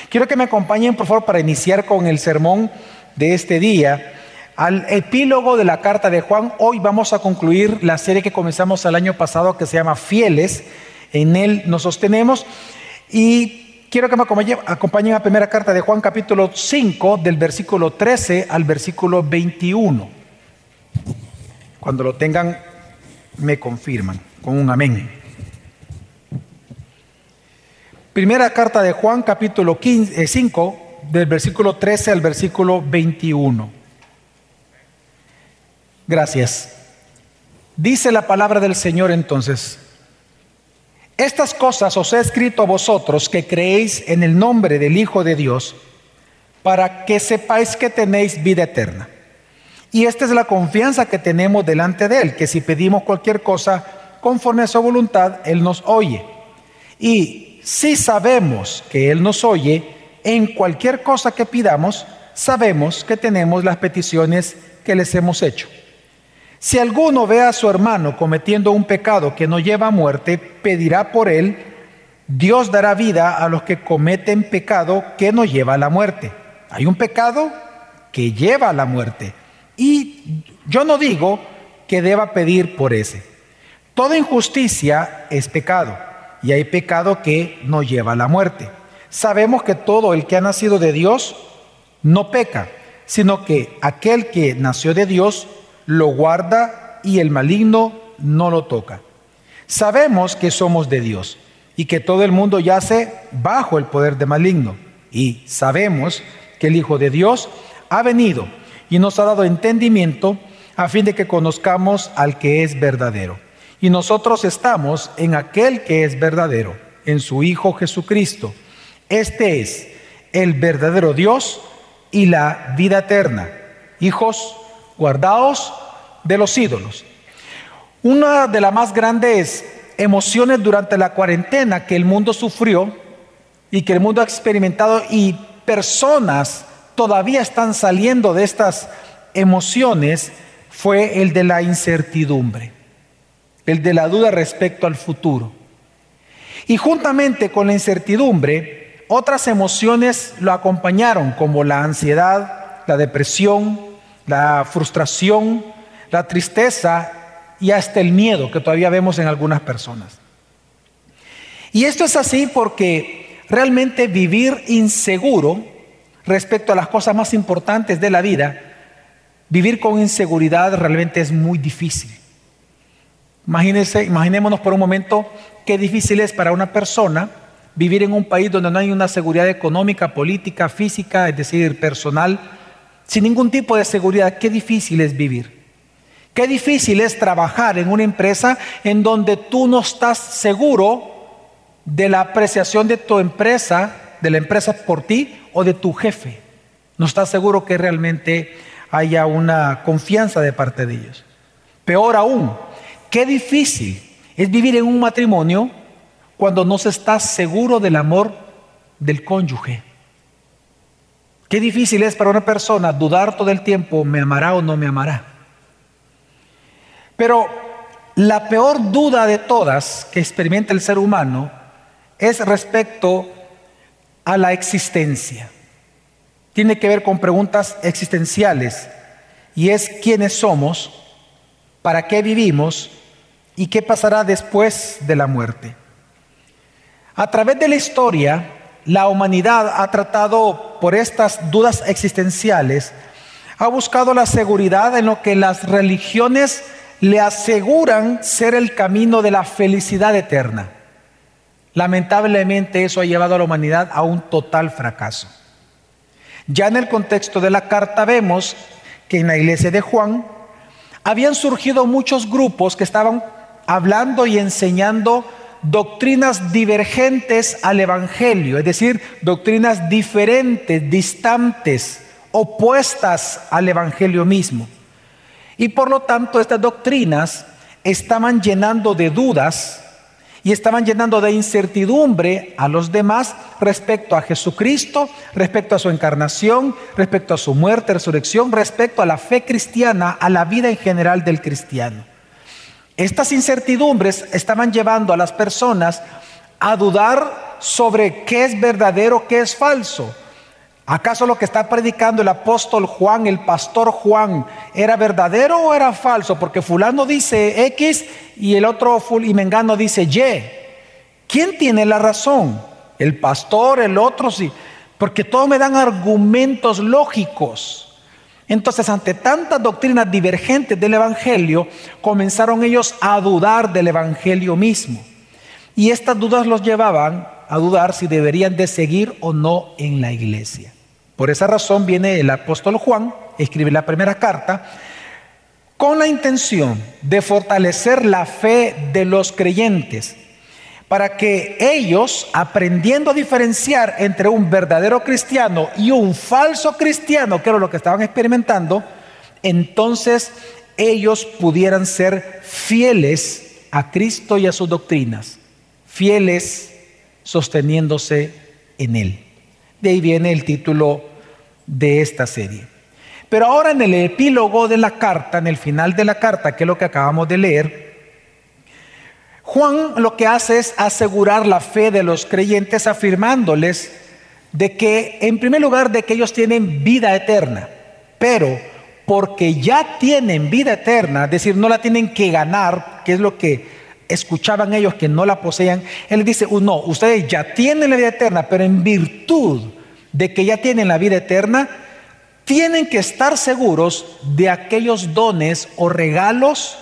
Quiero que me acompañen, por favor, para iniciar con el sermón de este día, al epílogo de la carta de Juan. Hoy vamos a concluir la serie que comenzamos el año pasado, que se llama Fieles. En él nos sostenemos y quiero que me acompañen a primera carta de Juan, capítulo 5, del versículo 13 al versículo 21. Cuando lo tengan, me confirman con un amén. Primera carta de Juan, capítulo 5, del versículo 13 al versículo 21. Gracias. Dice la palabra del Señor entonces: estas cosas os he escrito a vosotros que creéis en el nombre del Hijo de Dios, para que sepáis que tenéis vida eterna. Y esta es la confianza que tenemos delante de Él, que si pedimos cualquier cosa conforme a su voluntad, Él nos oye. Y si sabemos que Él nos oye, en cualquier cosa que pidamos, sabemos que tenemos las peticiones que les hemos hecho. Si alguno ve a su hermano cometiendo un pecado que no lleva a muerte, pedirá por él. Dios dará vida a los que cometen pecado que no lleva a la muerte. Hay un pecado que lleva a la muerte, y yo no digo que deba pedir por ese. Toda injusticia es pecado, y hay pecado que no lleva a la muerte. Sabemos que todo el que ha nacido de Dios no peca, sino que aquel que nació de Dios lo guarda y el maligno no lo toca. Sabemos que somos de Dios y que todo el mundo yace bajo el poder del maligno. Y sabemos que el Hijo de Dios ha venido y nos ha dado entendimiento a fin de que conozcamos al que es verdadero. Y nosotros estamos en aquel que es verdadero, en su Hijo Jesucristo. Este es el verdadero Dios y la vida eterna. Hijos, guardaos de los ídolos. Una de las más grandes emociones durante la cuarentena que el mundo sufrió y que el mundo ha experimentado, y personas todavía están saliendo de estas emociones, fue el de la incertidumbre, el de la duda respecto al futuro. Y juntamente con la incertidumbre, otras emociones lo acompañaron, como la ansiedad, la depresión, la frustración, la tristeza y hasta el miedo que todavía vemos en algunas personas. Y esto es así porque realmente vivir inseguro respecto a las cosas más importantes de la vida, vivir con inseguridad realmente es muy difícil. Imaginémonos por un momento qué difícil es para una persona vivir en un país donde no hay una seguridad económica, política, física, es decir, personal, sin ningún tipo de seguridad. Qué difícil es vivir. Qué difícil es trabajar en una empresa en donde tú no estás seguro de la apreciación de tu empresa, de la empresa por ti o de tu jefe. No estás seguro que realmente haya una confianza de parte de ellos. Peor aún, qué difícil es vivir en un matrimonio cuando no se está seguro del amor del cónyuge. Qué difícil es para una persona dudar todo el tiempo, ¿me amará o no me amará? Pero la peor duda de todas que experimenta el ser humano es respecto a la existencia. Tiene que ver con preguntas existenciales, y es quiénes somos, para qué vivimos y qué pasará después de la muerte. A través de la historia, la humanidad ha tratado por estas dudas existenciales, ha buscado la seguridad en lo que las religiones le aseguran ser el camino de la felicidad eterna. Lamentablemente eso ha llevado a la humanidad a un total fracaso. Ya en el contexto de la carta vemos que en la iglesia de Juan habían surgido muchos grupos que estaban hablando y enseñando doctrinas divergentes al evangelio, es decir, doctrinas diferentes, distantes, opuestas al evangelio mismo. Y por lo tanto estas doctrinas estaban llenando de dudas y estaban llenando de incertidumbre a los demás respecto a Jesucristo, respecto a su encarnación, respecto a su muerte, resurrección, respecto a la fe cristiana, a la vida en general del cristiano. Estas incertidumbres estaban llevando a las personas a dudar sobre qué es verdadero, qué es falso. ¿Acaso lo que está predicando el apóstol Juan, el pastor Juan, era verdadero o era falso? Porque fulano dice X y el otro y mengano dice Y. ¿Quién tiene la razón? ¿El pastor, el otro? Sí. Porque todos me dan argumentos lógicos. Entonces, ante tantas doctrinas divergentes del evangelio, comenzaron ellos a dudar del evangelio mismo. Y estas dudas los llevaban a dudar si deberían de seguir o no en la iglesia. Por esa razón viene el apóstol Juan, escribe la primera carta, con la intención de fortalecer la fe de los creyentes, para que ellos, aprendiendo a diferenciar entre un verdadero cristiano y un falso cristiano, que era lo que estaban experimentando, entonces ellos pudieran ser fieles a Cristo y a sus doctrinas, fieles sosteniéndose en Él. De ahí viene el título de esta serie. Pero ahora en el epílogo de la carta, en el final de la carta, que es lo que acabamos de leer, Juan lo que hace es asegurar la fe de los creyentes, afirmándoles de que, en primer lugar, de que ellos tienen vida eterna, pero porque ya tienen vida eterna, es decir, no la tienen que ganar, que es lo que escuchaban ellos que no la poseían. Él dice, no, ustedes ya tienen la vida eterna, pero en virtud de que ya tienen la vida eterna, tienen que estar seguros de aquellos dones o regalos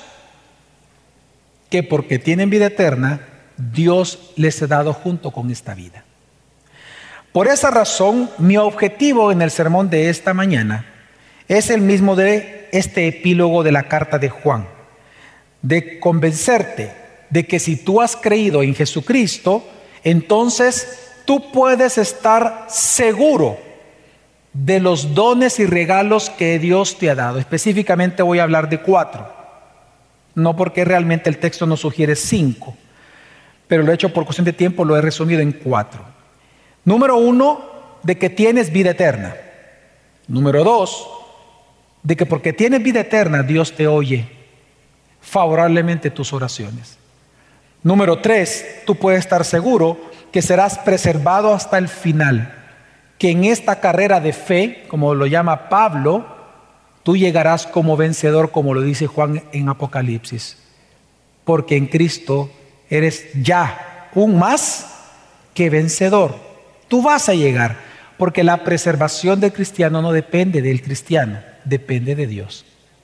que, porque tienen vida eterna, Dios les ha dado junto con esta vida. Por esa razón, mi objetivo en el sermón de esta mañana es el mismo de este epílogo de la carta de Juan, de convencerte de que si tú has creído en Jesucristo, entonces tú puedes estar seguro de los dones y regalos que Dios te ha dado. Específicamente voy a hablar de 4, no porque realmente el texto nos sugiere 5, pero lo he hecho por cuestión de tiempo, lo he resumido en 4. Número 1, de que tienes vida eterna. Número 2, de que porque tienes vida eterna, Dios te oye favorablemente tus oraciones. Número 3, tú puedes estar seguro que serás preservado hasta el final, que en esta carrera de fe, como lo llama Pablo, tú llegarás como vencedor, como lo dice Juan en Apocalipsis, porque en Cristo eres ya un más que vencedor. Tú vas a llegar, porque la preservación del cristiano no depende del cristiano, depende de Dios.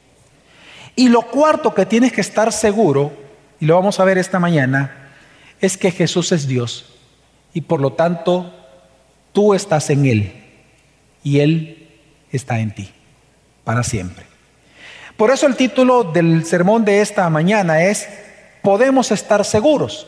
Y lo cuarto que tienes que estar seguro, y lo vamos a ver esta mañana, es que Jesús es Dios y por lo tanto tú estás en Él y Él está en ti para siempre. Por eso el título del sermón de esta mañana es podemos estar seguros,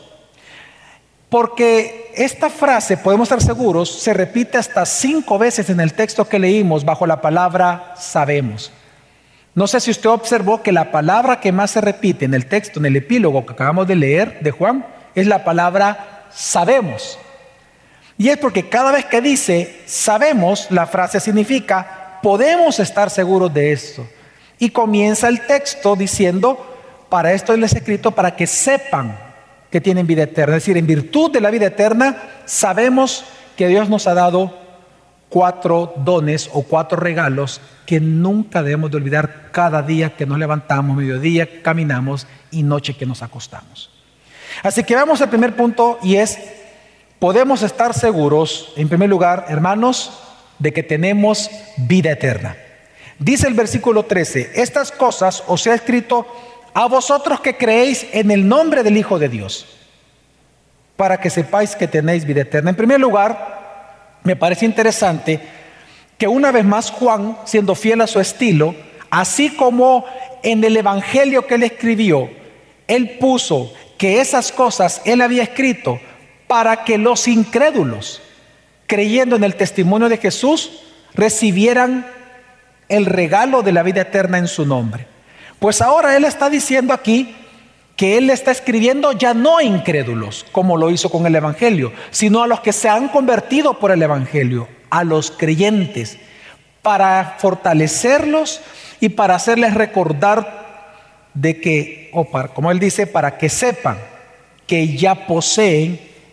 porque esta frase podemos estar seguros se repite hasta 5 veces en el texto que leímos bajo la palabra sabemos. No sé si usted observó que la palabra que más se repite en el texto, en el epílogo que acabamos de leer de Juan, es la palabra sabemos. Y es porque cada vez que dice sabemos, la frase significa podemos estar seguros de esto. Y comienza el texto diciendo, para esto les he escrito para que sepan que tienen vida eterna. Es decir, en virtud de la vida eterna, sabemos que Dios nos ha dado 4 dones o 4 regalos que nunca debemos de olvidar cada día que nos levantamos, mediodía, caminamos y noche que nos acostamos. Así que vamos al primer punto y es, podemos estar seguros, en primer lugar, hermanos, de que tenemos vida eterna. Dice el versículo 13, estas cosas os he escrito a vosotros que creéis en el nombre del Hijo de Dios, para que sepáis que tenéis vida eterna. En primer lugar, me parece interesante que una vez más Juan, siendo fiel a su estilo, así como en el evangelio que él escribió, él puso que esas cosas él había escrito para que los incrédulos, creyendo en el testimonio de Jesús, recibieran el regalo de la vida eterna en su nombre. Pues ahora él está diciendo aquí que él está escribiendo ya no a incrédulos, como lo hizo con el evangelio, sino a los que se han convertido por el evangelio, a los creyentes, para fortalecerlos y para hacerles recordar de que, como él dice, para que sepan que ya poseen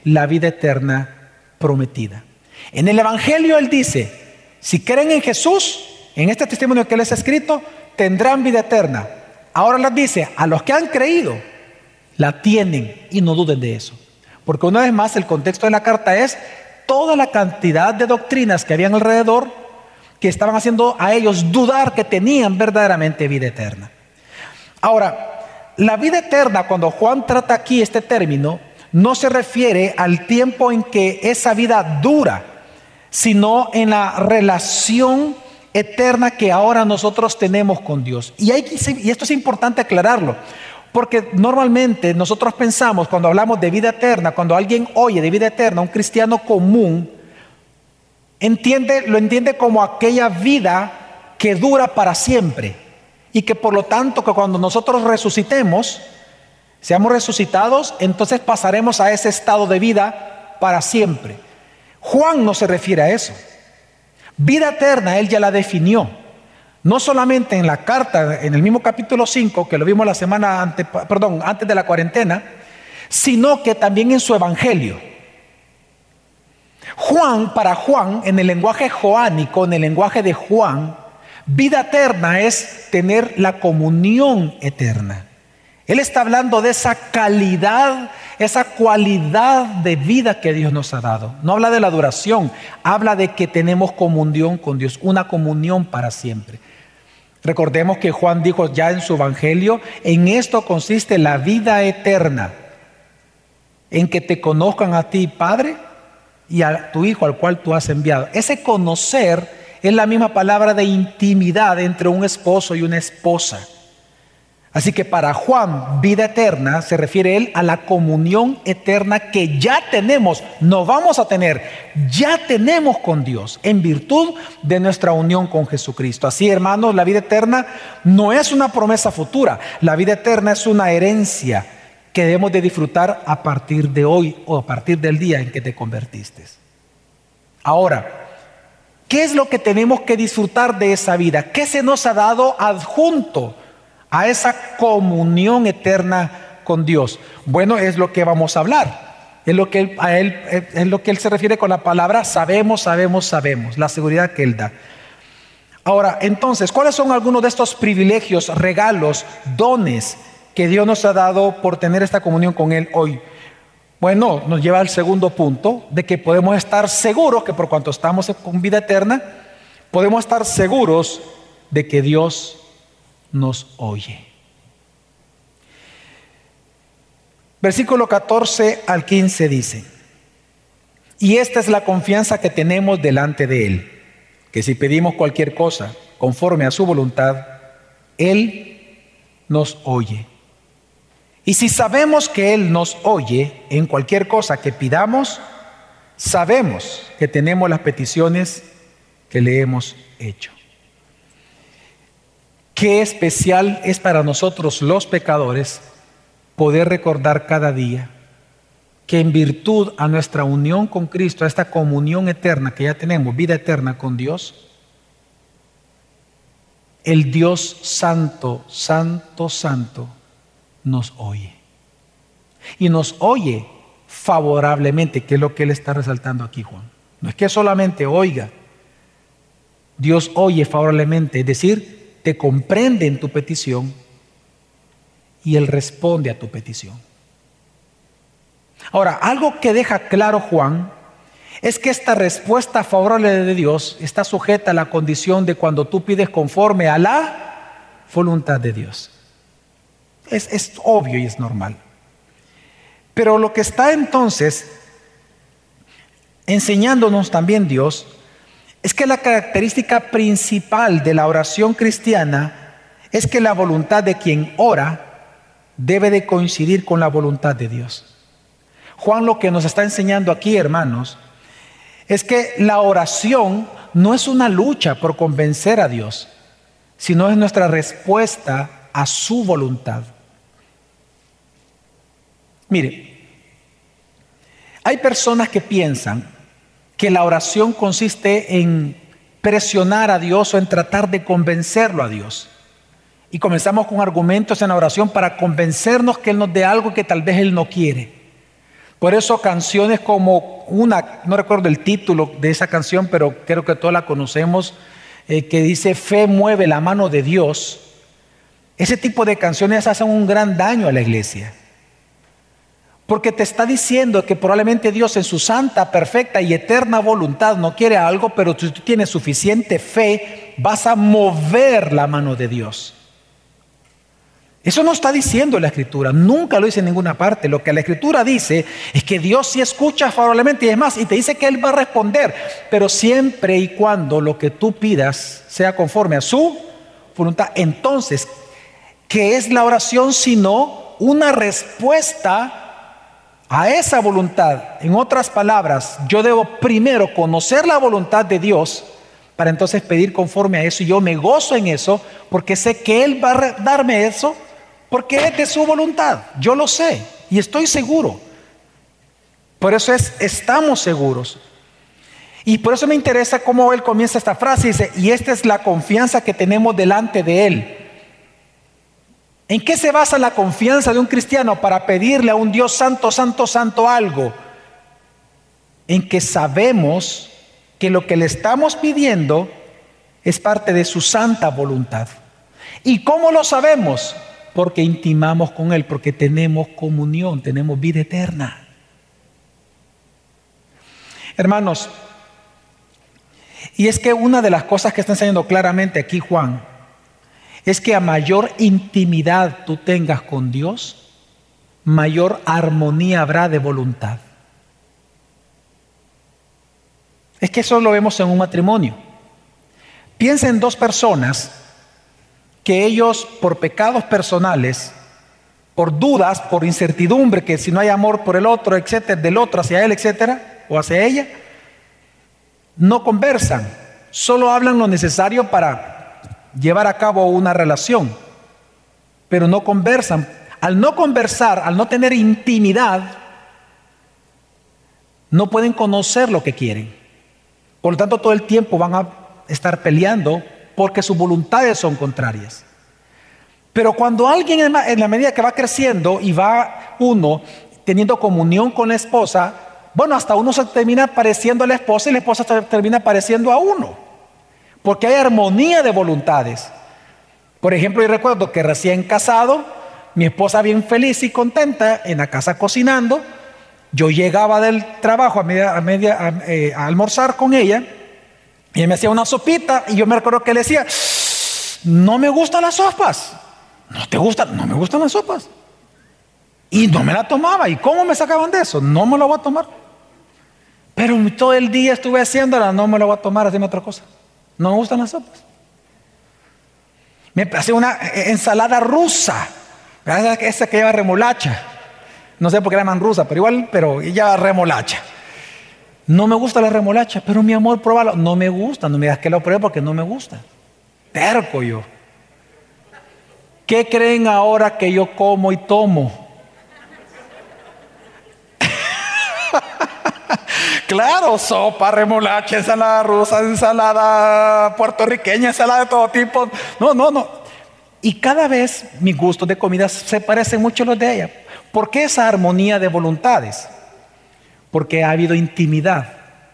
la vida eterna prometida. En el Evangelio Él dice, si creen en Jesús, en este testimonio que les he escrito, tendrán vida eterna. Ahora les dice, a los que han creído, la tienen y no duden de eso. Porque una vez más el contexto de la carta es toda la cantidad de doctrinas que habían alrededor que estaban haciendo a ellos dudar que tenían verdaderamente vida eterna. Ahora, la vida eterna, cuando Juan trata aquí este término, no se refiere al tiempo en que esa vida dura, sino en la relación eterna que ahora nosotros tenemos con Dios. Y esto es importante aclararlo, porque normalmente nosotros pensamos, cuando hablamos de vida eterna, cuando alguien oye de vida eterna, un cristiano común lo entiende como aquella vida que dura para siempre, y que por lo tanto que cuando nosotros resucitemos, seamos resucitados, entonces pasaremos a ese estado de vida para siempre. Juan no se refiere a eso. Vida eterna él ya la definió, no solamente en la carta, en el mismo capítulo 5 que lo vimos la semana antes de la cuarentena, sino que también en su evangelio. Para Juan, en el lenguaje joánico, en el lenguaje de Juan, vida eterna es tener la comunión eterna. Él está hablando de esa calidad, esa cualidad de vida que Dios nos ha dado. No habla de la duración, habla de que tenemos comunión con Dios, una comunión para siempre. Recordemos que Juan dijo ya en su evangelio, en esto consiste la vida eterna, en que te conozcan a ti, Padre, y a tu Hijo al cual tú has enviado. Ese conocer es la misma palabra de intimidad entre un esposo y una esposa. Así que para Juan, vida eterna se refiere él a la comunión eterna que ya tenemos, no vamos a tener, ya tenemos con Dios en virtud de nuestra unión con Jesucristo. Así, hermanos, la vida eterna no es una promesa futura, la vida eterna es una herencia que debemos de disfrutar a partir de hoy o a partir del día en que te convertiste. Ahora, ¿qué es lo que tenemos que disfrutar de esa vida? ¿Qué se nos ha dado adjunto a esa comunión eterna con Dios? Bueno, es lo que vamos a hablar. Es lo que él se refiere con la palabra sabemos, la seguridad que Él da. Ahora, entonces, ¿cuáles son algunos de estos privilegios, regalos, dones que Dios nos ha dado por tener esta comunión con Él hoy? Bueno, nos lleva al segundo punto, de que podemos estar seguros que por cuanto estamos con vida eterna, podemos estar seguros de que Dios nos oye. Versículo 14 al 15 dice: y esta es la confianza que tenemos delante de Él, que si pedimos cualquier cosa conforme a su voluntad, Él nos oye. Y si sabemos que Él nos oye en cualquier cosa que pidamos, sabemos que tenemos las peticiones que le hemos hecho. Qué especial es para nosotros los pecadores poder recordar cada día que en virtud a nuestra unión con Cristo, a esta comunión eterna que ya tenemos, vida eterna con Dios, el Dios santo, santo, santo nos oye. Y nos oye favorablemente, que es lo que Él está resaltando aquí, Juan. No es que solamente oiga, Dios oye favorablemente, es decir, te comprende en tu petición y Él responde a tu petición. Ahora, algo que deja claro Juan es que esta respuesta favorable de Dios está sujeta a la condición de cuando tú pides conforme a la voluntad de Dios. Es obvio y es normal. Pero lo que está entonces enseñándonos también Dios es que la característica principal de la oración cristiana es que la voluntad de quien ora debe de coincidir con la voluntad de Dios. Juan lo que nos está enseñando aquí, hermanos, es que la oración no es una lucha por convencer a Dios, sino es nuestra respuesta a su voluntad. Mire, hay personas que piensan que la oración consiste en presionar a Dios o en tratar de convencerlo a Dios. Y comenzamos con argumentos en la oración para convencernos que Él nos dé algo que tal vez Él no quiere. Por eso canciones como no recuerdo el título de esa canción, pero creo que todos la conocemos, que dice fe mueve la mano de Dios. Ese tipo de canciones hacen un gran daño a la iglesia. Porque te está diciendo que probablemente Dios en su santa, perfecta y eterna voluntad no quiere algo, pero si tú tienes suficiente fe, vas a mover la mano de Dios. Eso no está diciendo la Escritura, nunca lo dice en ninguna parte. Lo que la Escritura dice es que Dios sí escucha favorablemente y es más, y te dice que Él va a responder, pero siempre y cuando lo que tú pidas sea conforme a su voluntad. Entonces, ¿qué es la oración sino una respuesta a esa voluntad? En otras palabras, yo debo primero conocer la voluntad de Dios para entonces pedir conforme a eso, y yo me gozo en eso porque sé que Él va a darme eso porque es de su voluntad. Yo lo sé y estoy seguro. Por eso estamos seguros. Y por eso me interesa cómo él comienza esta frase. Dice, y esta es la confianza que tenemos delante de Él. ¿En qué se basa la confianza de un cristiano para pedirle a un Dios santo, santo, santo algo? En que sabemos que lo que le estamos pidiendo es parte de su santa voluntad. ¿Y cómo lo sabemos? Porque intimamos con Él, porque tenemos comunión, tenemos vida eterna. Hermanos, y es que una de las cosas que está enseñando claramente aquí Juan, es que a mayor intimidad tú tengas con Dios, mayor armonía habrá de voluntad. Es que eso lo vemos en un matrimonio. Piensa en dos personas que ellos, por pecados personales, por dudas, por incertidumbre, que si no hay amor por el otro, etcétera, del otro hacia él, etcétera, o hacia ella, no conversan, solo hablan lo necesario para llevar a cabo una relación, pero no conversan. Al no conversar, al no tener intimidad, no pueden conocer lo que quieren. Por lo tanto, todo el tiempo van a estar peleando porque sus voluntades son contrarias. Pero cuando alguien en la medida que va creciendo y va uno teniendo comunión con la esposa, bueno, hasta uno se termina pareciendo a la esposa y la esposa se termina pareciendo a uno, porque hay armonía de voluntades. Por ejemplo, yo recuerdo que recién casado, mi esposa bien feliz y contenta en la casa cocinando, yo llegaba del trabajo a almorzar con ella, y ella me hacía una sopita, y yo me recuerdo que le decía, no me gustan las sopas. ¿No te gustan? No me gustan las sopas. Y no me la tomaba. ¿Y cómo me sacaban de eso? No me la voy a tomar. Pero todo el día estuve haciéndola, no me la voy a tomar, hazme otra cosa. No me gustan las sopas. Me hacía una ensalada rusa, esa que lleva remolacha. No sé por qué la llaman rusa, pero igual, pero ella remolacha. No me gusta la remolacha, pero mi amor, pruébalo. No me gusta, no me digas que lo pruebe porque no me gusta. Terco yo. ¿Qué creen ahora que yo como y tomo? Claro, sopa, remolacha, ensalada rusa, ensalada puertorriqueña, ensalada de todo tipo. No. Y cada vez mis gustos de comida se parecen mucho a los de ella. ¿Por qué esa armonía de voluntades? Porque ha habido intimidad.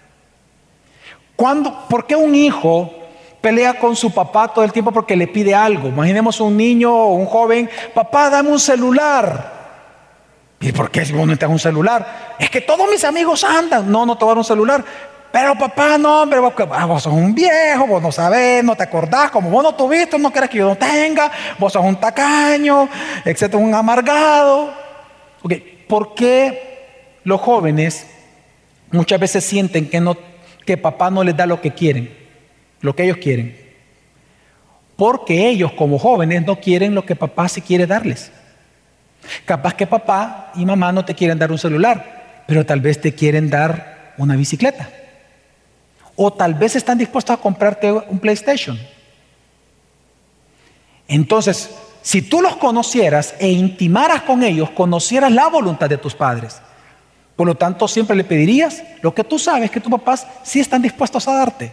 ¿Por qué un hijo pelea con su papá todo el tiempo porque le pide algo? Imaginemos un niño o un joven, papá, dame un celular. ¿Y por qué si vos no te das un celular? Es que todos mis amigos andan. No te voy a dar un celular. Pero papá, no, hombre, vos sos un viejo, vos no sabés, no te acordás, como vos no tuviste, no querés que yo no tenga, vos sos un tacaño, etcétera, un amargado. Okay. ¿Por qué los jóvenes muchas veces sienten que papá no les da lo que quieren, lo que ellos quieren? Porque ellos como jóvenes no quieren lo que papá sí quiere darles. Capaz que papá y mamá no te quieren dar un celular, pero tal vez te quieren dar una bicicleta. O tal vez están dispuestos a comprarte un PlayStation. Entonces, si tú los conocieras e intimaras con ellos, conocieras la voluntad de tus padres. Por lo tanto, siempre le pedirías lo que tú sabes que tus papás sí están dispuestos a darte.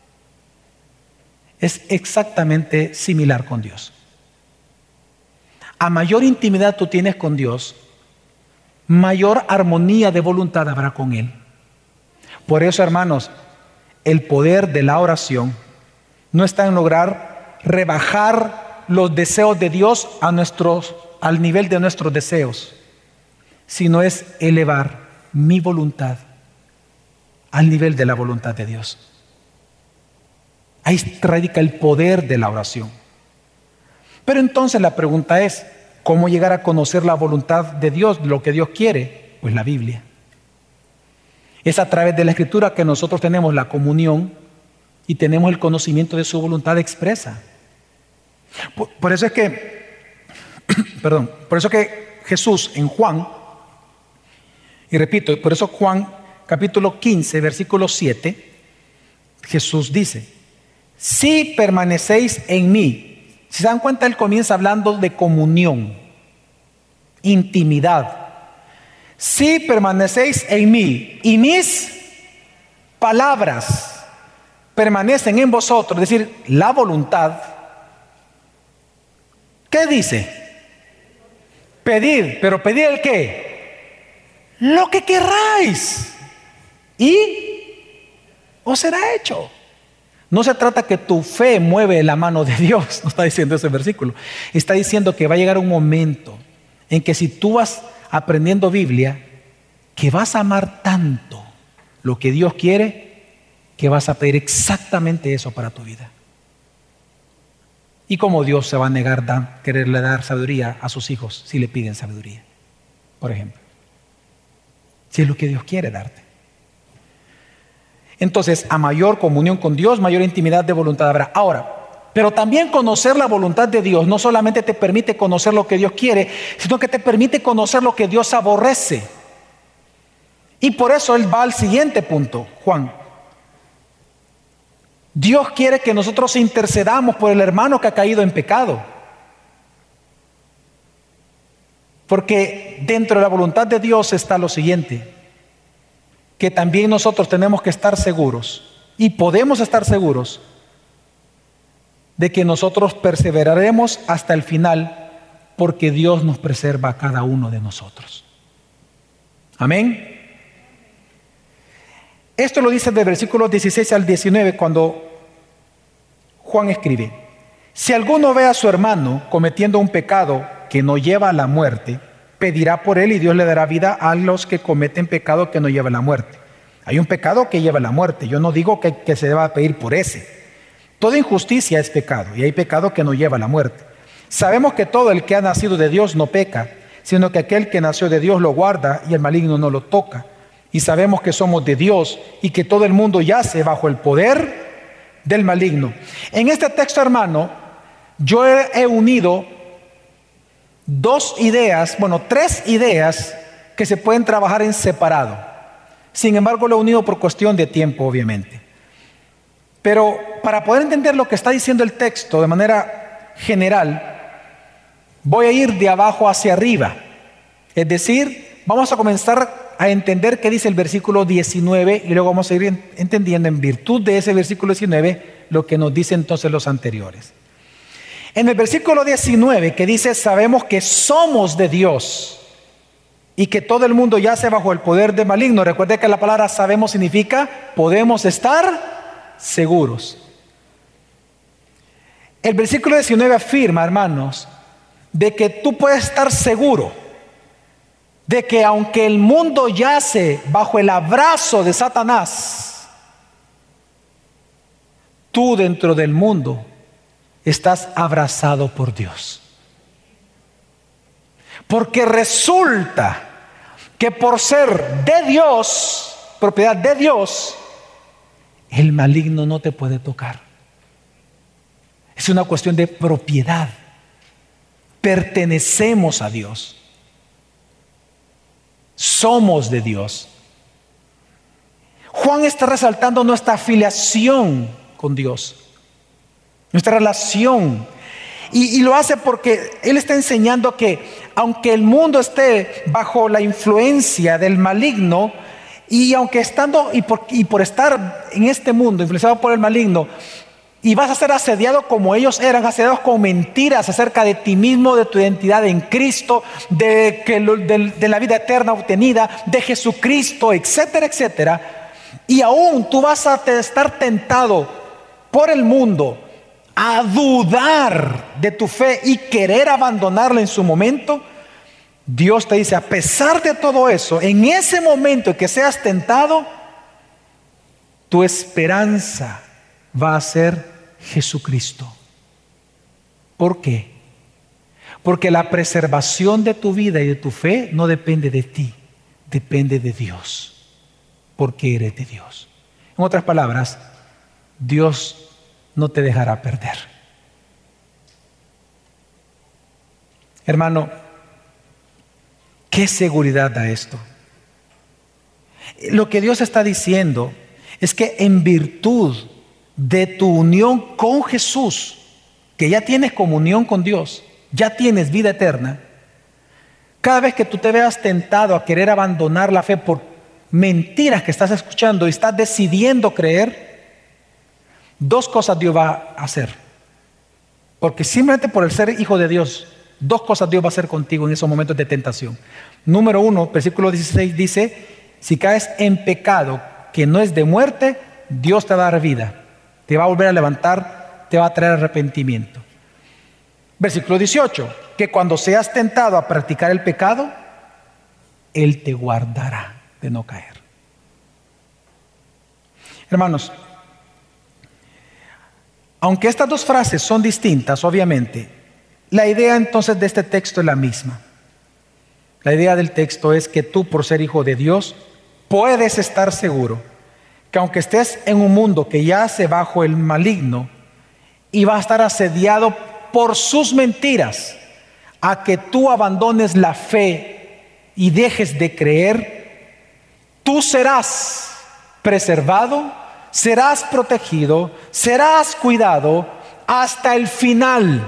Es exactamente similar con Dios. A mayor intimidad tú tienes con Dios, mayor armonía de voluntad habrá con Él. Por eso, hermanos, el poder de la oración no está en lograr rebajar los deseos de Dios al nivel de nuestros deseos, sino es elevar mi voluntad al nivel de la voluntad de Dios. Ahí radica el poder de la oración. Pero entonces la pregunta es, ¿cómo llegar a conocer la voluntad de Dios, lo que Dios quiere? Pues la Biblia. Es a través de la Escritura que nosotros tenemos la comunión y tenemos el conocimiento de su voluntad expresa. Por eso es que, por eso que Jesús en Juan, y repito, por eso Juan capítulo 15, versículo 7, Jesús dice, si permanecéis en mí. Si se dan cuenta, Él comienza hablando de comunión, intimidad. Si permanecéis en mí y mis palabras permanecen en vosotros, es decir, la voluntad, ¿qué dice? Pedid, pero pedid el qué? Lo que querráis y os será hecho. No se trata que tu fe mueve la mano de Dios, no está diciendo ese versículo. Está diciendo que va a llegar un momento en que si tú vas aprendiendo Biblia, que vas a amar tanto lo que Dios quiere, que vas a pedir exactamente eso para tu vida. ¿Y cómo Dios se va a negar a quererle dar sabiduría a sus hijos si le piden sabiduría? Por ejemplo, si es lo que Dios quiere darte. Entonces, a mayor comunión con Dios, mayor intimidad de voluntad habrá. Ahora, pero también conocer la voluntad de Dios no solamente te permite conocer lo que Dios quiere, sino que te permite conocer lo que Dios aborrece. Y por eso Él va al siguiente punto, Juan. Dios quiere que nosotros intercedamos por el hermano que ha caído en pecado. Porque dentro de la voluntad de Dios está lo siguiente, que también nosotros tenemos que estar seguros, y podemos estar seguros, de que nosotros perseveraremos hasta el final, porque Dios nos preserva a cada uno de nosotros. Amén. Esto lo dice de versículos 16 al 19 cuando Juan escribe: si alguno ve a su hermano cometiendo un pecado que no lleva a la muerte, pedirá por él y Dios le dará vida a los que cometen pecado que no lleva a la muerte. Hay un pecado que lleva a la muerte. Yo no digo que se deba pedir por ese. Toda injusticia es pecado y hay pecado que no lleva a la muerte. Sabemos que todo el que ha nacido de Dios no peca, sino que aquel que nació de Dios lo guarda y el maligno no lo toca. Y sabemos que somos de Dios y que todo el mundo yace bajo el poder del maligno. En este texto, hermano, yo he unido tres ideas que se pueden trabajar en separado. Sin embargo, lo he unido por cuestión de tiempo, obviamente. Pero para poder entender lo que está diciendo el texto de manera general, voy a ir de abajo hacia arriba. Es decir, vamos a comenzar a entender qué dice el versículo 19 y luego vamos a ir entendiendo en virtud de ese versículo 19 lo que nos dice entonces los anteriores. En el versículo 19 que dice: sabemos que somos de Dios y que todo el mundo yace bajo el poder del maligno. Recuerde que la palabra sabemos significa podemos estar seguros. El versículo 19 afirma, hermanos, de que tú puedes estar seguro de que aunque el mundo yace bajo el abrazo de Satanás, tú dentro del mundo estás abrazado por Dios. Porque resulta que por ser de Dios, propiedad de Dios, el maligno no te puede tocar. Es una cuestión de propiedad. Pertenecemos a Dios. Somos de Dios. Juan está resaltando nuestra afiliación con Dios, nuestra relación. Y lo hace porque él está enseñando que aunque el mundo esté bajo la influencia del maligno, y aunque estando y por estar en este mundo influenciado por el maligno, Y vas a ser asediado como ellos eran, asediados con mentiras acerca de ti mismo, de tu identidad en Cristo, de la vida eterna obtenida, de Jesucristo, etcétera, etcétera. Y aún tú vas a estar tentado por el mundo a dudar de tu fe y querer abandonarla en su momento. Dios te dice, a pesar de todo eso, en ese momento que seas tentado, tu esperanza va a ser Jesucristo. ¿Por qué? Porque la preservación de tu vida y de tu fe no depende de ti, depende de Dios, porque eres de Dios. En otras palabras, Dios no te dejará perder. Hermano, ¿qué seguridad da esto? Lo que Dios está diciendo es que en virtud de tu unión con Jesús, que ya tienes comunión con Dios, ya tienes vida eterna, cada vez que tú te veas tentado a querer abandonar la fe por mentiras que estás escuchando y estás decidiendo creer, dos cosas Dios va a hacer. Porque simplemente por el ser hijo de Dios, dos cosas Dios va a hacer contigo en esos momentos de tentación. Número 1, versículo 16 dice, si caes en pecado que no es de muerte, Dios te va a dar vida. Te va a volver a levantar, te va a traer arrepentimiento. Versículo 18, que cuando seas tentado a practicar el pecado, Él te guardará de no caer. Hermanos, aunque estas dos frases son distintas, obviamente, la idea entonces de este texto es la misma. La idea del texto es que tú, por ser hijo de Dios, puedes estar seguro que aunque estés en un mundo que yace bajo el maligno y va a estar asediado por sus mentiras, a que tú abandones la fe y dejes de creer, tú serás preservado, serás protegido, serás cuidado hasta el final,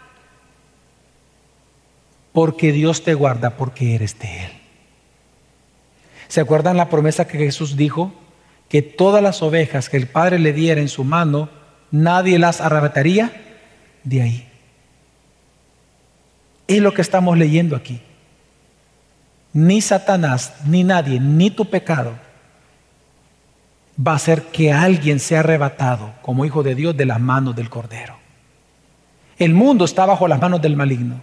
porque Dios te guarda, porque eres de Él. ¿Se acuerdan la promesa que Jesús dijo? Que todas las ovejas que el Padre le diera en su mano, nadie las arrebataría de ahí. Es lo que estamos leyendo aquí. Ni Satanás, ni nadie, ni tu pecado va a hacer que alguien sea arrebatado como hijo de Dios de las manos del Cordero. El mundo está bajo las manos del maligno.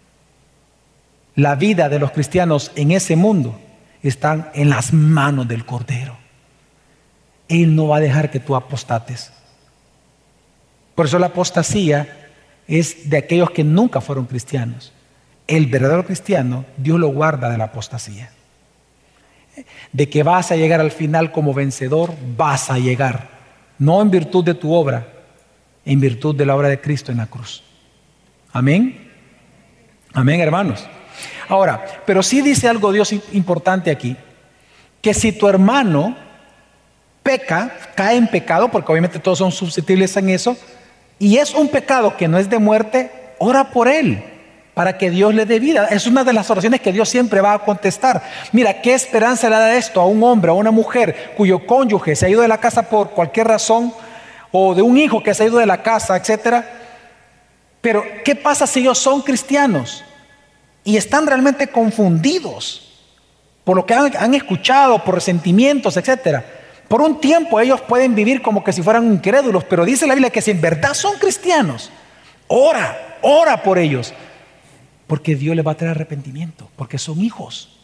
La vida de los cristianos en ese mundo están en las manos del Cordero. Él no va a dejar que tú apostates. Por eso la apostasía es de aquellos que nunca fueron cristianos. El verdadero cristiano, Dios lo guarda de la apostasía. De que vas a llegar al final como vencedor, vas a llegar. No en virtud de tu obra, en virtud de la obra de Cristo en la cruz. Amén. Amén, hermanos. Ahora, pero sí dice algo Dios importante aquí, que si tu hermano peca, cae en pecado, porque obviamente todos son susceptibles en eso, y es un pecado que no es de muerte, ora por él, para que Dios le dé vida. Es una de las oraciones que Dios siempre va a contestar. Mira, ¿qué esperanza le da esto a un hombre, a una mujer cuyo cónyuge se ha ido de la casa por cualquier razón, o de un hijo que se ha ido de la casa, etcétera? Pero, ¿qué pasa si ellos son cristianos y están realmente confundidos por lo que han escuchado, por resentimientos, etcétera? Por un tiempo ellos pueden vivir como que si fueran incrédulos, pero dice la Biblia que si en verdad son cristianos, ora por ellos, porque Dios les va a traer arrepentimiento, porque son hijos.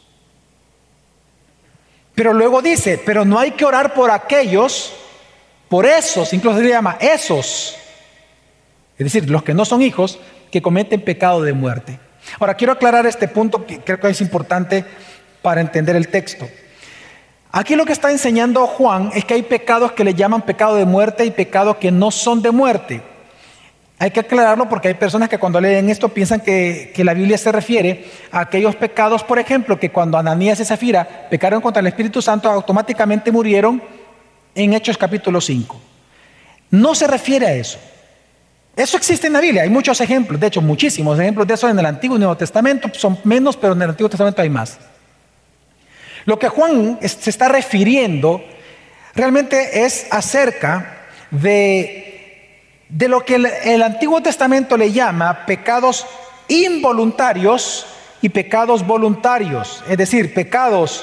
Pero luego dice, pero no hay que orar por aquellos, por esos, incluso se le llama esos, es decir, los que no son hijos, que cometen pecado de muerte. Ahora quiero aclarar este punto que creo que es importante para entender el texto. Aquí lo que está enseñando Juan es que hay pecados que le llaman pecado de muerte y pecados que no son de muerte. Hay que aclararlo porque hay personas que cuando leen esto piensan que la Biblia se refiere a aquellos pecados, por ejemplo, que cuando Ananías y Zafira pecaron contra el Espíritu Santo automáticamente murieron en Hechos capítulo 5. No se refiere a eso. Eso existe en la Biblia, hay muchos ejemplos, de hecho muchísimos ejemplos de eso en el Antiguo y Nuevo Testamento, son menos, pero en el Antiguo Testamento hay más. Lo que Juan se está refiriendo realmente es acerca de de lo que el Antiguo Testamento le llama pecados involuntarios y pecados voluntarios, es decir, pecados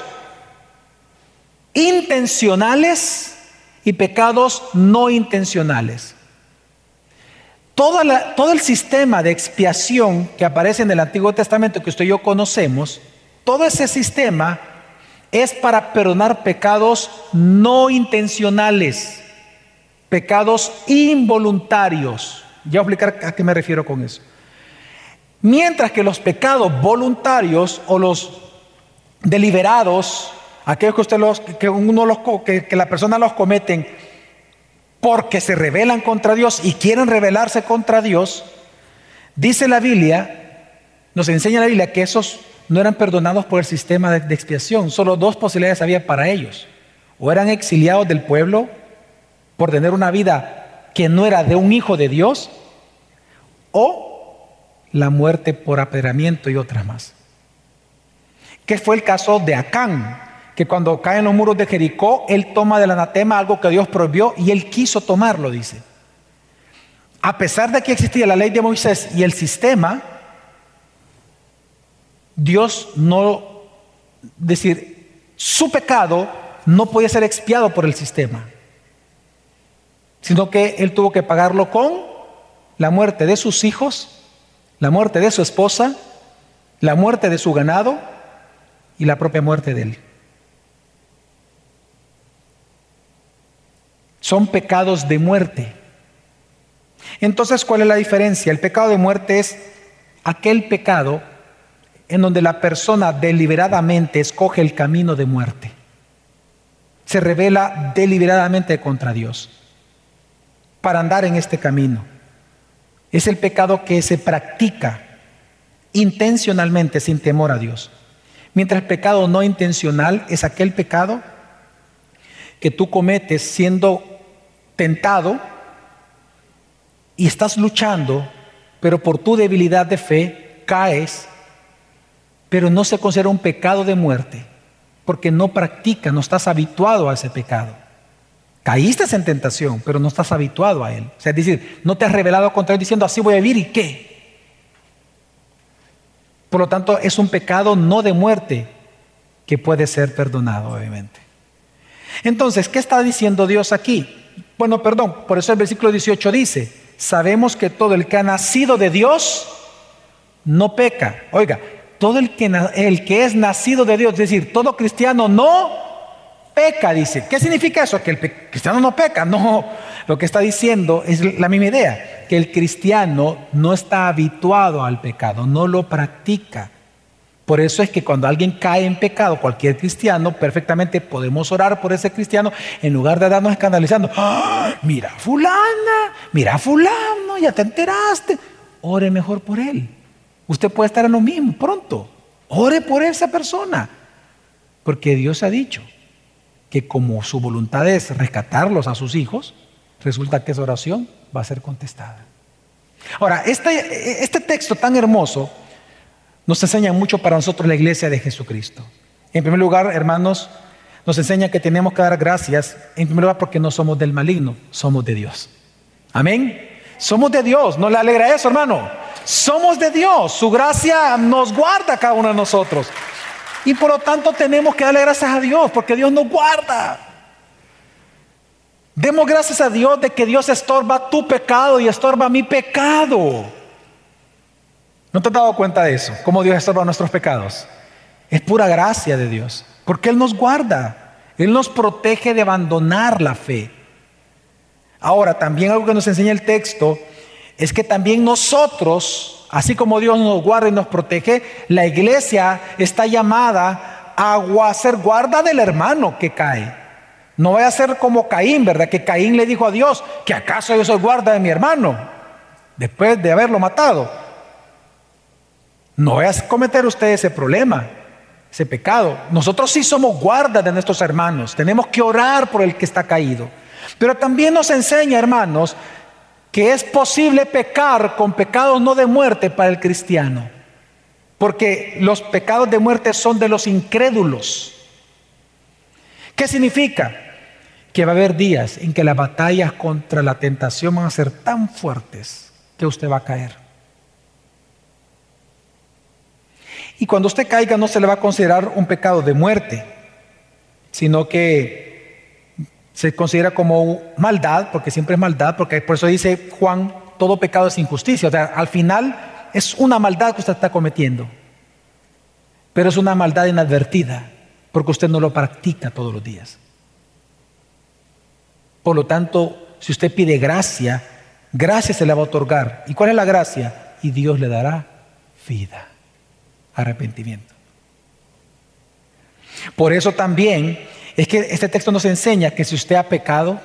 intencionales y pecados no intencionales. Todo el sistema de expiación que aparece en el Antiguo Testamento, que usted y yo conocemos, todo ese sistema es para perdonar pecados no intencionales, pecados involuntarios. Ya voy a explicar a qué me refiero con eso. Mientras que los pecados voluntarios o los deliberados, aquellos que la persona los cometen porque se rebelan contra Dios y quieren rebelarse contra Dios, dice la Biblia, nos enseña la Biblia que esos no eran perdonados por el sistema de expiación. Solo dos posibilidades había para ellos: o eran exiliados del pueblo por tener una vida que no era de un hijo de Dios, o la muerte por apedreamiento y otras más. Que fue el caso de Acán, que cuando caen los muros de Jericó, él toma del anatema algo que Dios prohibió y él quiso tomarlo, dice. A pesar de que existía la ley de Moisés y el sistema, Dios no, su pecado no podía ser expiado por el sistema, sino que él tuvo que pagarlo con la muerte de sus hijos, la muerte de su esposa, la muerte de su ganado y la propia muerte de él. Son pecados de muerte. Entonces, ¿cuál es la diferencia? El pecado de muerte es aquel pecado en donde la persona deliberadamente escoge el camino de muerte. Se rebela deliberadamente contra Dios para andar en este camino. Es el pecado que se practica intencionalmente sin temor a Dios. Mientras el pecado no intencional es aquel pecado que tú cometes siendo tentado y estás luchando, pero por tu debilidad de fe caes, pero no se considera un pecado de muerte, porque no estás habituado a ese pecado. Caíste en tentación, pero no estás habituado a él. O sea, es decir, no te has rebelado contra él diciendo así voy a vivir y qué. Por lo tanto, es un pecado no de muerte que puede ser perdonado, obviamente. Entonces, ¿qué está diciendo Dios aquí? Bueno, por eso el versículo 18 dice: sabemos que todo el que ha nacido de Dios no peca. Oiga, todo el que es nacido de Dios, es decir, todo cristiano no peca, dice. ¿Qué significa eso? Que el cristiano no peca. No, lo que está diciendo es la misma idea, que el cristiano no está habituado al pecado, no lo practica. Por eso es que cuando alguien cae en pecado, cualquier cristiano, perfectamente podemos orar por ese cristiano en lugar de darnos escandalizando. ¡Ah! Mira fulano, ya te enteraste. Ore mejor por él. Usted puede estar en lo mismo pronto. Ore por esa persona. Porque Dios ha dicho que como su voluntad es rescatarlos a sus hijos, resulta que esa oración va a ser contestada. Ahora, este texto tan hermoso nos enseña mucho para nosotros la iglesia de Jesucristo. En primer lugar, hermanos, nos enseña que tenemos que dar gracias, en primer lugar porque no somos del maligno, somos de Dios. Amén. Somos de Dios. ¿No le alegra eso, hermano? Somos de Dios. Su gracia nos guarda a cada uno de nosotros. Y por lo tanto tenemos que darle gracias a Dios porque Dios nos guarda. Demos gracias a Dios de que Dios estorba tu pecado y estorba mi pecado. ¿No te has dado cuenta de eso? ¿Cómo Dios estorba nuestros pecados? Es pura gracia de Dios, porque Él nos guarda, Él nos protege de abandonar la fe. Ahora, también algo que nos enseña el texto es que también nosotros, así como Dios nos guarda y nos protege, la iglesia está llamada a ser guarda del hermano que cae. No vaya a ser como Caín, ¿verdad? Que Caín le dijo a Dios, ¿que acaso yo soy guarda de mi hermano? Después de haberlo matado. No vaya a cometer usted ese problema, ese pecado. Nosotros sí somos guardas de nuestros hermanos. Tenemos que orar por el que está caído. Pero también nos enseña, hermanos, que es posible pecar con pecados no de muerte para el cristiano. Porque los pecados de muerte son de los incrédulos. ¿Qué significa? que va a haber días en que las batallas contra la tentación van a ser tan fuertes que usted va a caer. Y cuando usted caiga no se le va a considerar un pecado de muerte, sino que se considera como maldad, porque siempre es maldad, porque por eso dice Juan, todo pecado es injusticia. O sea, al final es una maldad que usted está cometiendo, pero es una maldad inadvertida, porque usted no lo practica todos los días. Por lo tanto, si usted pide gracia, gracia se le va a otorgar. ¿Y cuál es la gracia? Y Dios le dará vida, arrepentimiento. Por eso también es que este texto nos enseña que si usted ha pecado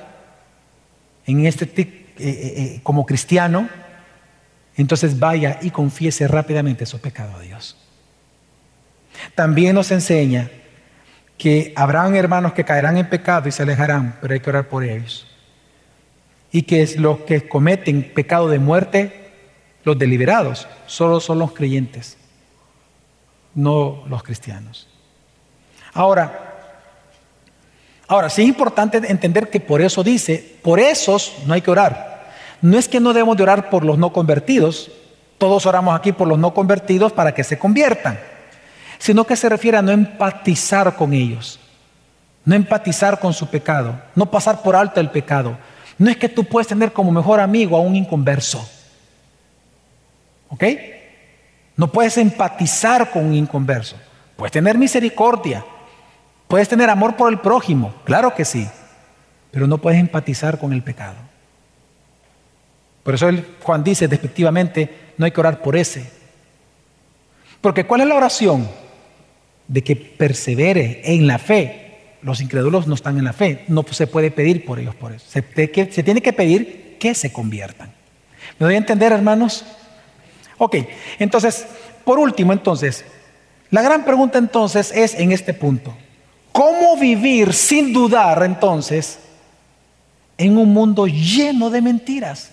como cristiano, entonces vaya y confiese rápidamente su pecado a Dios. También nos enseña que habrán hermanos que caerán en pecado y se alejarán, pero hay que orar por ellos. Y que los que cometen pecado de muerte, los deliberados, solo son los creyentes, no los cristianos. Ahora sí es importante entender que por eso dice, por esos no hay que orar. No es que no debemos de orar por los no convertidos, todos oramos aquí por los no convertidos para que se conviertan, sino que se refiere a no empatizar con ellos, no empatizar con su pecado, no pasar por alto el pecado. No es que tú puedes tener como mejor amigo a un inconverso, ¿ok? No puedes empatizar con un inconverso. Puedes tener misericordia, puedes tener amor por el prójimo, claro que sí, pero no puedes empatizar con el pecado. Por eso Juan dice despectivamente, no hay que orar por ese. Porque ¿cuál es la oración? De que persevere en la fe. Los incrédulos no están en la fe, no se puede pedir por ellos por eso. Se tiene que pedir que se conviertan. ¿Me doy a entender, hermanos? Ok, entonces, por último, entonces, la gran pregunta entonces es en este punto. ¿Cómo vivir sin dudar entonces en un mundo lleno de mentiras?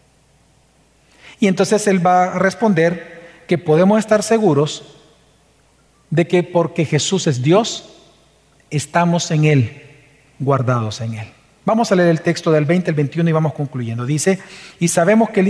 Y entonces él va a responder que podemos estar seguros de que porque Jesús es Dios, estamos en Él, guardados en Él. Vamos a leer el texto del 20 al 21 y vamos concluyendo. Dice, y sabemos que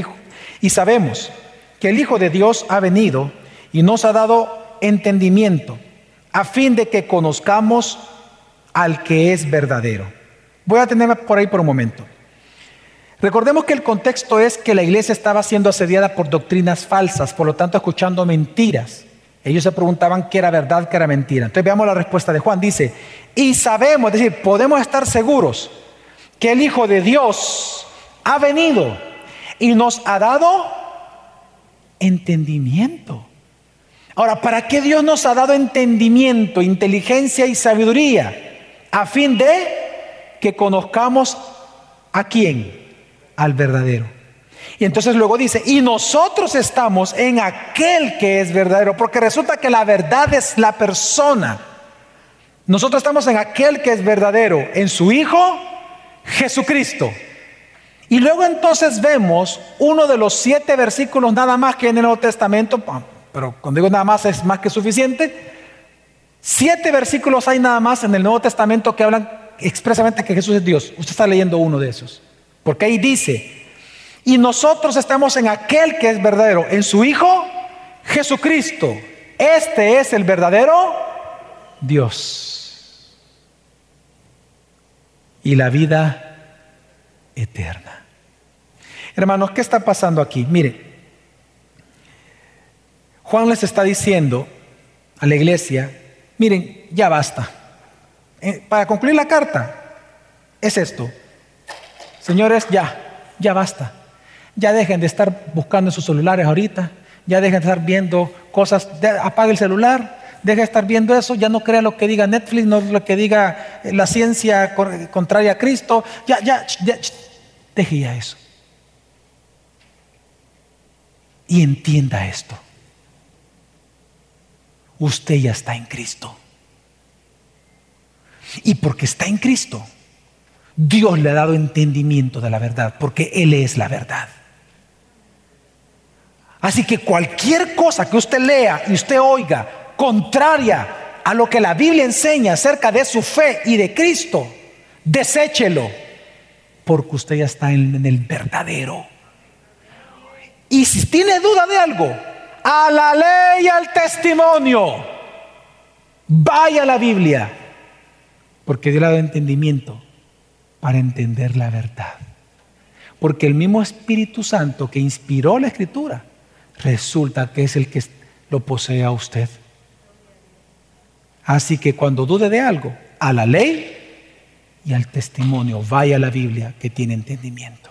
el Hijo de Dios ha venido y nos ha dado entendimiento, a fin de que conozcamos al que es verdadero. Voy a tenerme por ahí por un momento. Recordemos que el contexto es que la iglesia estaba siendo asediada por doctrinas falsas, por lo tanto escuchando mentiras. Ellos se preguntaban qué era verdad, qué era mentira. Entonces veamos la respuesta de Juan. Dice, y sabemos, es decir, podemos estar seguros que el Hijo de Dios ha venido y nos ha dado entendimiento. Ahora, ¿para qué Dios nos ha dado entendimiento, inteligencia y sabiduría? A fin de que conozcamos ¿a quién? Al verdadero. Y entonces luego dice, y nosotros estamos en aquel que es verdadero, porque resulta que la verdad es la persona. Nosotros estamos en aquel que es verdadero, en su Hijo Jesucristo. Y luego entonces vemos uno de los 7 versículos nada más que en el Nuevo Testamento, pero cuando digo nada más es más que suficiente. 7 versículos hay nada más en el Nuevo Testamento que hablan expresamente que Jesús es Dios. Usted está leyendo uno de esos, porque ahí dice, y nosotros estamos en aquel que es verdadero, en su Hijo Jesucristo. Este es el verdadero Dios y la vida eterna. Hermanos, ¿qué está pasando aquí? Mire, Juan les está diciendo a la iglesia, miren, ya basta. Para concluir la carta, es esto. Señores, ya basta. Ya dejen de estar buscando en sus celulares ahorita. Ya dejen de estar viendo cosas. Apague el celular. Deje de estar viendo eso. Ya no crea lo que diga Netflix, no lo que diga la ciencia contraria a Cristo. Ya. Deje ya eso. Y entienda esto. Usted ya está en Cristo. Y porque está en Cristo, Dios le ha dado entendimiento de la verdad, porque Él es la verdad. Así que cualquier cosa que usted lea y usted oiga contraria a lo que la Biblia enseña acerca de su fe y de Cristo, Deséchelo, porque usted ya está en el verdadero. Y si tiene duda de algo, a la ley y al testimonio, vaya a la Biblia, porque Dios le da entendimiento para entender la verdad. Porque el mismo Espíritu Santo que inspiró la Escritura, resulta que es el que lo posee a usted. Así que cuando dude de algo, a la ley y al testimonio, vaya a la Biblia que tiene entendimiento.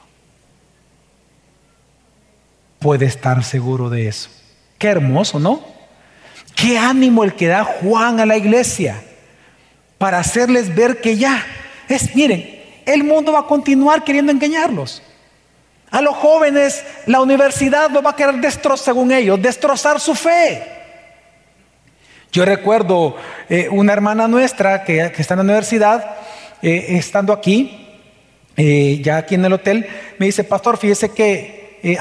Puede estar seguro de eso. Qué hermoso, ¿no? Qué ánimo el que da Juan a la iglesia para hacerles ver que miren, el mundo va a continuar queriendo engañarlos. A los jóvenes, la universidad los va a querer destrozar, según ellos, destrozar su fe. Yo recuerdo una hermana nuestra que está en la universidad, estando aquí, ya aquí en el hotel, me dice: pastor, fíjese que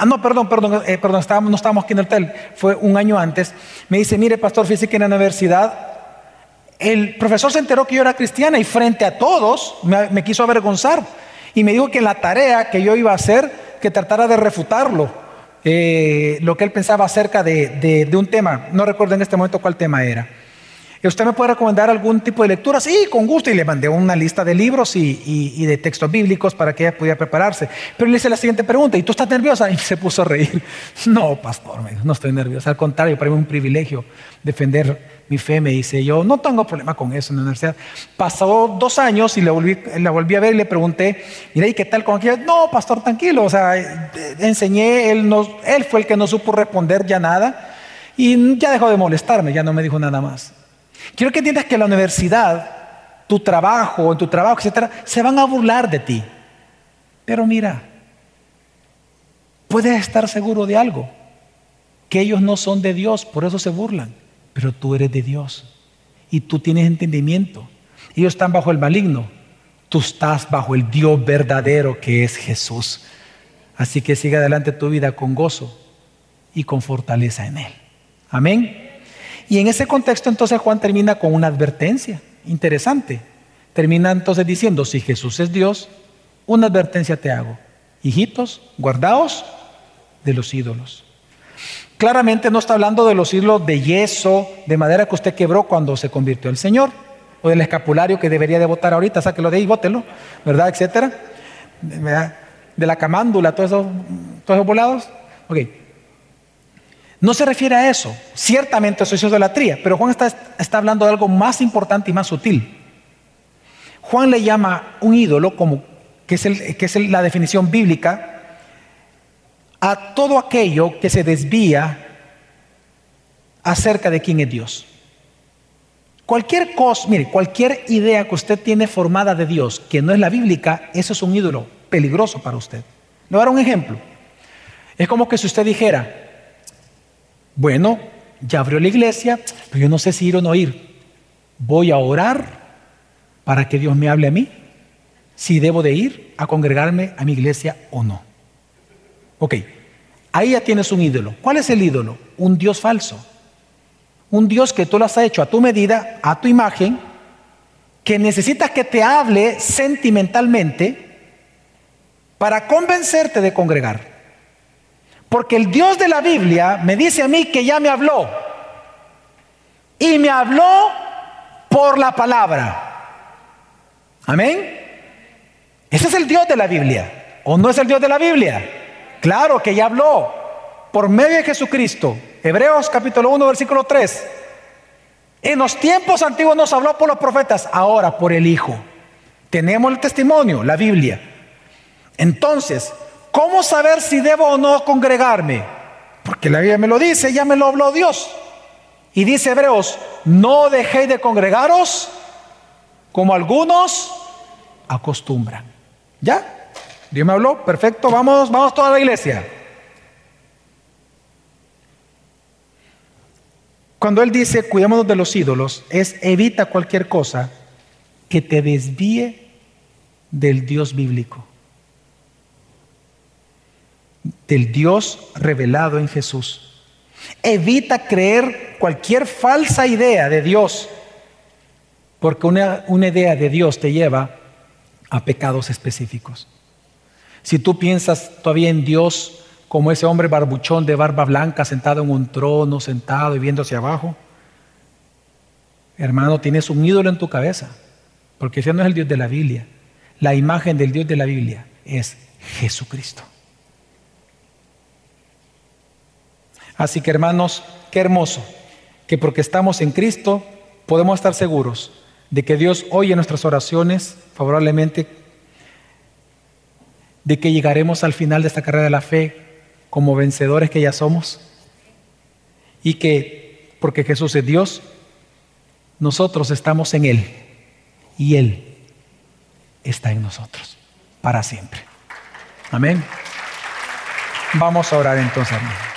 no estábamos aquí en el hotel, fue un año antes. Me dice: mire, pastor, fíjese que en la universidad el profesor se enteró que yo era cristiana y frente a todos me quiso avergonzar y me dijo que en la tarea que yo iba a hacer, que tratara de refutarlo, lo que él pensaba acerca de un tema. No recuerdo en este momento cuál tema era. ¿Usted me puede recomendar algún tipo de lectura? Sí, con gusto. Y le mandé una lista de libros y de textos bíblicos para que ella pudiera prepararse. Pero le hice la siguiente pregunta: ¿y tú estás nerviosa? Y se puso a reír. No, pastor, me dijo, no estoy nerviosa. Al contrario, para mí es un privilegio defender mi fe, me dice. Yo no tengo problema con eso en la universidad. Pasó 2 años y la volví a ver y le pregunté: mira, ¿y qué tal con aquello? No, pastor, tranquilo. O sea, enseñé, él fue el que no supo responder ya nada. Y ya dejó de molestarme, ya no me dijo nada más. Quiero que entiendas que en la universidad, en tu trabajo, etcétera, se van a burlar de ti. Pero mira, puedes estar seguro de algo: que ellos no son de Dios, por eso se burlan. Pero tú eres de Dios y tú tienes entendimiento. Ellos están bajo el maligno, tú estás bajo el Dios verdadero, que es Jesús. Así que sigue adelante tu vida con gozo y con fortaleza en Él. Amén. Y en ese contexto entonces Juan termina con una advertencia interesante. Termina entonces diciendo: si Jesús es Dios, una advertencia te hago: hijitos, guardaos de los ídolos. Claramente no está hablando de los ídolos de yeso, de madera que usted quebró cuando se convirtió al Señor, o del escapulario que debería de botar ahorita, sáquelo de ahí, bótelo, ¿verdad? Etcétera, ¿verdad? De la camándula, todos esos volados. Ok. No se refiere a eso. Ciertamente eso es idolatría, pero Juan está hablando de algo más importante y más sutil. Juan le llama un ídolo, que es la definición bíblica, a todo aquello que se desvía acerca de quién es Dios. Cualquier cosa, mire, cualquier idea que usted tiene formada de Dios que no es la bíblica, eso es un ídolo peligroso para usted. Le voy a dar un ejemplo. Es como que si usted dijera: bueno, ya abrió la iglesia, pero yo no sé si ir o no ir. Voy a orar para que Dios me hable a mí, si debo de ir a congregarme a mi iglesia o no. Ok, ahí ya tienes un ídolo. ¿Cuál es el ídolo? Un Dios falso. Un Dios que tú lo has hecho a tu medida, a tu imagen, que necesitas que te hable sentimentalmente para convencerte de congregar. Porque el Dios de la Biblia me dice a mí que ya me habló. Y me habló por la palabra. Amén. Ese es el Dios de la Biblia. ¿O no es el Dios de la Biblia? Claro que ya habló por medio de Jesucristo. Hebreos capítulo 1 versículo 3. En los tiempos antiguos nos habló por los profetas, ahora por el Hijo. Tenemos el testimonio, la Biblia. Entonces, ¿cómo saber si debo o no congregarme? Porque la Biblia me lo dice, ya me lo habló Dios. Y dice Hebreos: no dejéis de congregaros como algunos acostumbran. ¿Ya? Dios me habló, perfecto, vamos toda la iglesia. Cuando Él dice cuidémonos de los ídolos, es evita cualquier cosa que te desvíe del Dios bíblico, del Dios revelado en Jesús. Evita creer cualquier falsa idea de Dios, porque una idea de Dios te lleva a pecados específicos. Si tú piensas todavía en Dios como ese hombre barbuchón de barba blanca sentado en un trono, sentado y viendo hacia abajo, hermano, tienes un ídolo en tu cabeza, porque ese no es el Dios de la Biblia. La imagen del Dios de la Biblia es Jesucristo. Así que, hermanos, qué hermoso que porque estamos en Cristo podemos estar seguros de que Dios oye nuestras oraciones favorablemente, de que llegaremos al final de esta carrera de la fe como vencedores que ya somos, y que porque Jesús es Dios, nosotros estamos en Él y Él está en nosotros para siempre. Amén. Vamos a orar entonces, hermano.